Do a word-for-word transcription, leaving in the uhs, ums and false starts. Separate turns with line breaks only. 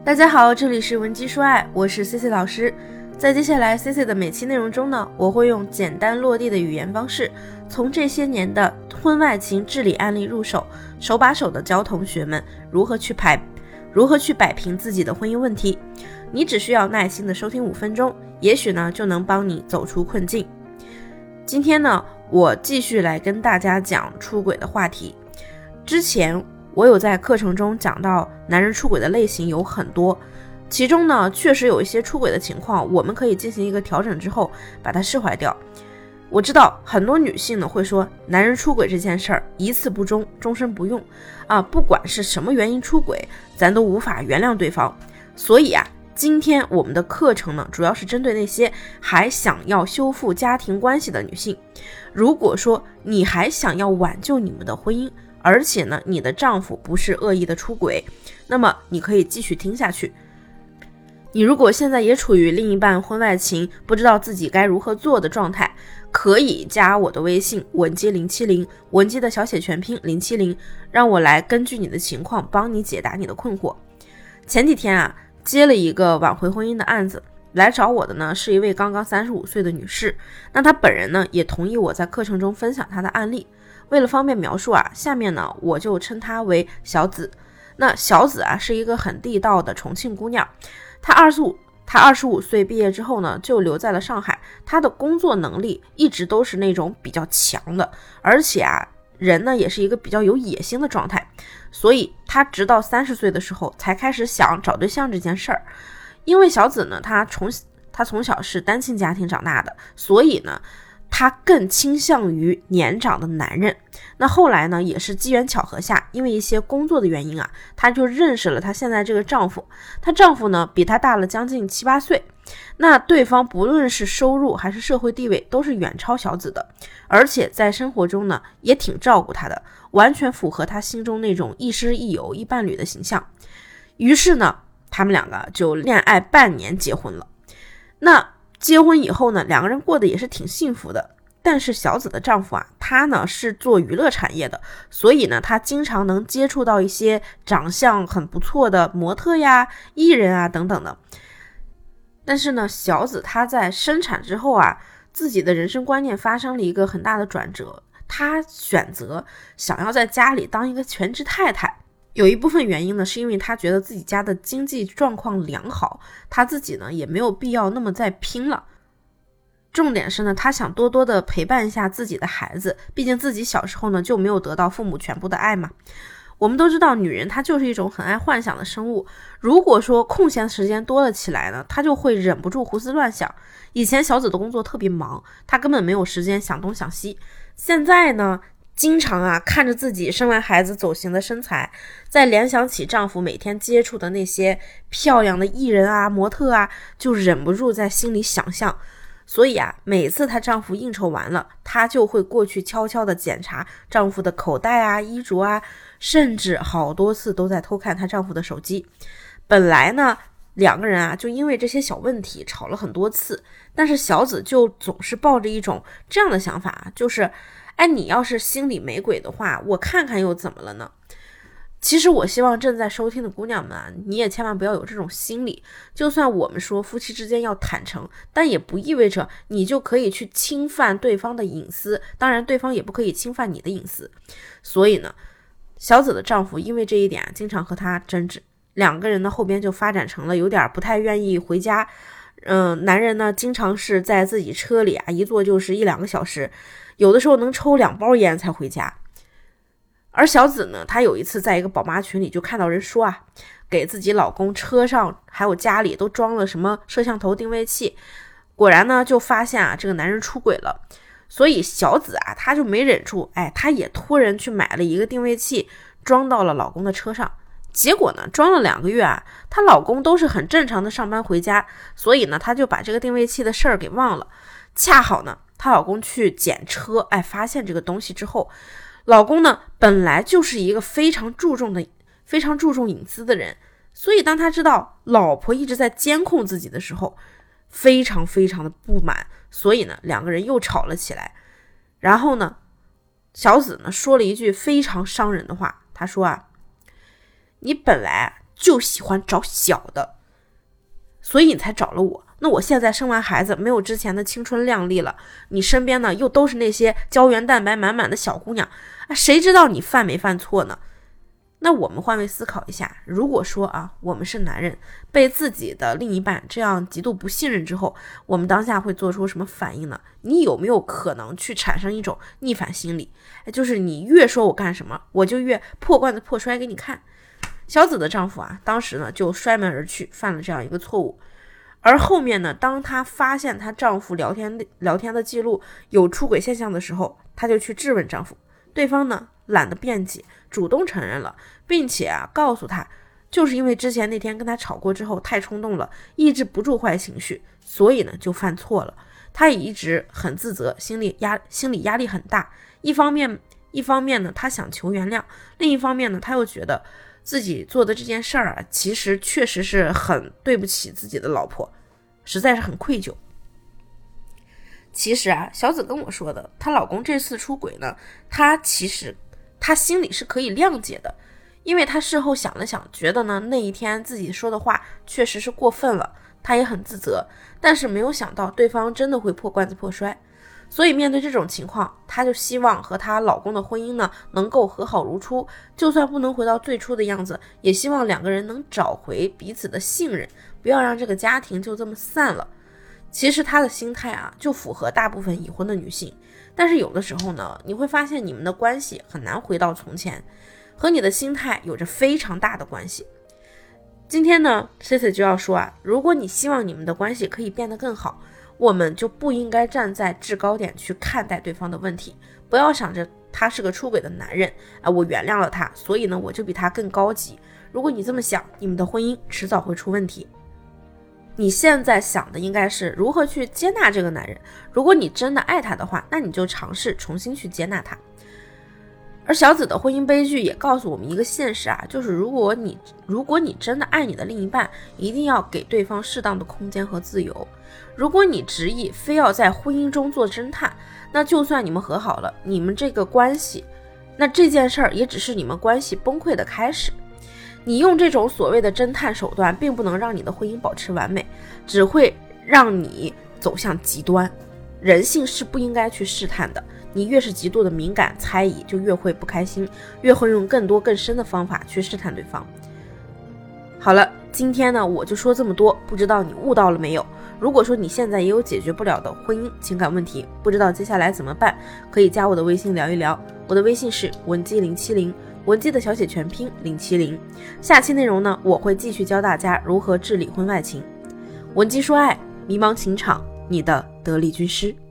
大家好，这里是文姬说爱，我是 C C 老师。在接下来 C C 的每期内容中呢，我会用简单落地的语言方式，从这些年的婚外情治理案例入手，手把手的教同学们如何去排如何去摆平自己的婚姻问题。你只需要耐心的收听五分钟，也许呢就能帮你走出困境。今天呢，我继续来跟大家讲出轨的话题。之前我有在课程中讲到男人出轨的类型有很多，其中呢确实有一些出轨的情况，我们可以进行一个调整之后把它释怀掉。我知道很多女性呢会说，男人出轨这件事儿一次不忠，终身不用啊，不管是什么原因出轨，咱都无法原谅对方。所以啊，今天我们的课程呢，主要是针对那些还想要修复家庭关系的女性。如果说你还想要挽救你们的婚姻，而且呢，你的丈夫不是恶意的出轨，那么你可以继续听下去。你如果现在也处于另一半婚外情，不知道自己该如何做的状态，可以加我的微信文姬零七零，文姬的小写全拼零七零，让我来根据你的情况帮你解答你的困惑。前几天啊，接了一个挽回婚姻的案子，来找我的呢是一位刚刚三十五岁的女士，那她本人呢也同意我在课程中分享她的案例。为了方便描述啊，下面呢我就称她为小紫。那小紫啊是一个很地道的重庆姑娘，她二十五她二十五岁毕业之后呢就留在了上海，她的工作能力一直都是那种比较强的，而且啊人呢也是一个比较有野心的状态，所以她直到三十岁的时候才开始想找对象这件事儿。因为小紫呢她从她从小是单亲家庭长大的，所以呢她更倾向于年长的男人。那后来呢也是机缘巧合下，因为一些工作的原因啊，她就认识了她现在这个丈夫。她丈夫呢比她大了将近七八岁，那对方不论是收入还是社会地位都是远超小紫的，而且在生活中呢也挺照顾她的，完全符合她心中那种亦师亦友亦伴侣的形象。于是呢他们两个就恋爱半年结婚了。那结婚以后呢，两个人过得也是挺幸福的。但是小紫的丈夫啊，他呢是做娱乐产业的，所以呢他经常能接触到一些长相很不错的模特呀、艺人啊等等的。但是呢小紫她在生产之后啊，自己的人生观念发生了一个很大的转折，她选择想要在家里当一个全职太太。有一部分原因呢是因为她觉得自己家的经济状况良好，她自己呢也没有必要那么再拼了。重点是呢，她想多多的陪伴一下自己的孩子，毕竟自己小时候呢就没有得到父母全部的爱嘛。我们都知道女人她就是一种很爱幻想的生物，如果说空闲时间多了起来呢，她就会忍不住胡思乱想。以前小紫的工作特别忙，她根本没有时间想东想西，现在呢经常啊看着自己生完孩子走形的身材，再联想起丈夫每天接触的那些漂亮的艺人啊、模特啊，就忍不住在心里想象。所以啊，每次她丈夫应酬完了，她就会过去悄悄地检查丈夫的口袋啊、衣着啊，甚至好多次都在偷看她丈夫的手机。本来呢两个人啊就因为这些小问题吵了很多次，但是小紫就总是抱着一种这样的想法，就是哎，你要是心里没鬼的话，我看看又怎么了呢？其实我希望正在收听的姑娘们啊，你也千万不要有这种心理。就算我们说夫妻之间要坦诚，但也不意味着你就可以去侵犯对方的隐私，当然对方也不可以侵犯你的隐私。所以呢，小紫的丈夫因为这一点经常和她争执，两个人呢后边就发展成了有点不太愿意回家。嗯、呃，男人呢经常是在自己车里啊一坐就是一两个小时，有的时候能抽两包烟才回家。而小紫呢，她有一次在一个宝妈群里就看到人说啊，给自己老公车上还有家里都装了什么摄像头定位器，果然呢就发现啊这个男人出轨了。所以小紫啊她就没忍住，哎，她也托人去买了一个定位器装到了老公的车上。结果呢装了两个月啊，她老公都是很正常的上班回家，所以呢她就把这个定位器的事儿给忘了。恰好呢她老公去检车，哎，发现这个东西之后，老公呢本来就是一个非常注重的非常注重隐私的人，所以当他知道老婆一直在监控自己的时候，非常非常的不满，所以呢两个人又吵了起来。然后呢小紫呢说了一句非常伤人的话，她说啊，你本来就喜欢找小的，所以你才找了我。那我现在生完孩子没有之前的青春靓丽了，你身边呢又都是那些胶原蛋白满满的小姑娘啊，谁知道你犯没犯错呢？那我们换位思考一下，如果说啊，我们是男人，被自己的另一半这样极度不信任之后，我们当下会做出什么反应呢？你有没有可能去产生一种逆反心理？就是你越说我干什么，我就越破罐子破摔给你看。小紫的丈夫啊，当时呢就摔门而去，犯了这样一个错误。而后面呢，当她发现她丈夫聊天聊天的记录有出轨现象的时候，她就去质问丈夫，对方呢懒得辩解，主动承认了，并且啊告诉他，就是因为之前那天跟他吵过之后太冲动了，抑制不住坏情绪，所以呢就犯错了。他也一直很自责，心里压心理压力很大。一方面一方面呢，他想求原谅，另一方面呢，他又觉得自己做的这件事儿啊，其实确实是很对不起自己的老婆，实在是很愧疚。其实啊，小紫跟我说的，她老公这次出轨呢，她其实她心里是可以谅解的，因为她事后想了想，觉得呢那一天自己说的话确实是过分了，她也很自责，但是没有想到对方真的会破罐子破摔。所以面对这种情况，她就希望和她老公的婚姻呢能够和好如初，就算不能回到最初的样子，也希望两个人能找回彼此的信任，不要让这个家庭就这么散了。其实她的心态啊，就符合大部分已婚的女性，但是有的时候呢，你会发现你们的关系很难回到从前，和你的心态有着非常大的关系。今天呢 C C 就要说啊，如果你希望你们的关系可以变得更好，我们就不应该站在制高点去看待对方的问题，不要想着他是个出轨的男人啊，我原谅了他，所以呢我就比他更高级。如果你这么想，你们的婚姻迟早会出问题。你现在想的应该是如何去接纳这个男人，如果你真的爱他的话，那你就尝试重新去接纳他。而小紫的婚姻悲剧也告诉我们一个现实啊，就是如果你如果你真的爱你的另一半，一定要给对方适当的空间和自由。如果你执意非要在婚姻中做侦探，那就算你们和好了，你们这个关系，那这件事儿也只是你们关系崩溃的开始。你用这种所谓的侦探手段，并不能让你的婚姻保持完美，只会让你走向极端。人性是不应该去试探的，你越是极度的敏感猜疑，就越会不开心，越会用更多更深的方法去试探对方。好了，今天呢我就说这么多，不知道你悟到了没有？如果说你现在也有解决不了的婚姻情感问题，不知道接下来怎么办，可以加我的微信聊一聊，我的微信是文姬零七零，文姬的小写全拼零七零。下期内容呢，我会继续教大家如何治理婚外情。文姬说爱，迷茫情场，你的得力军师。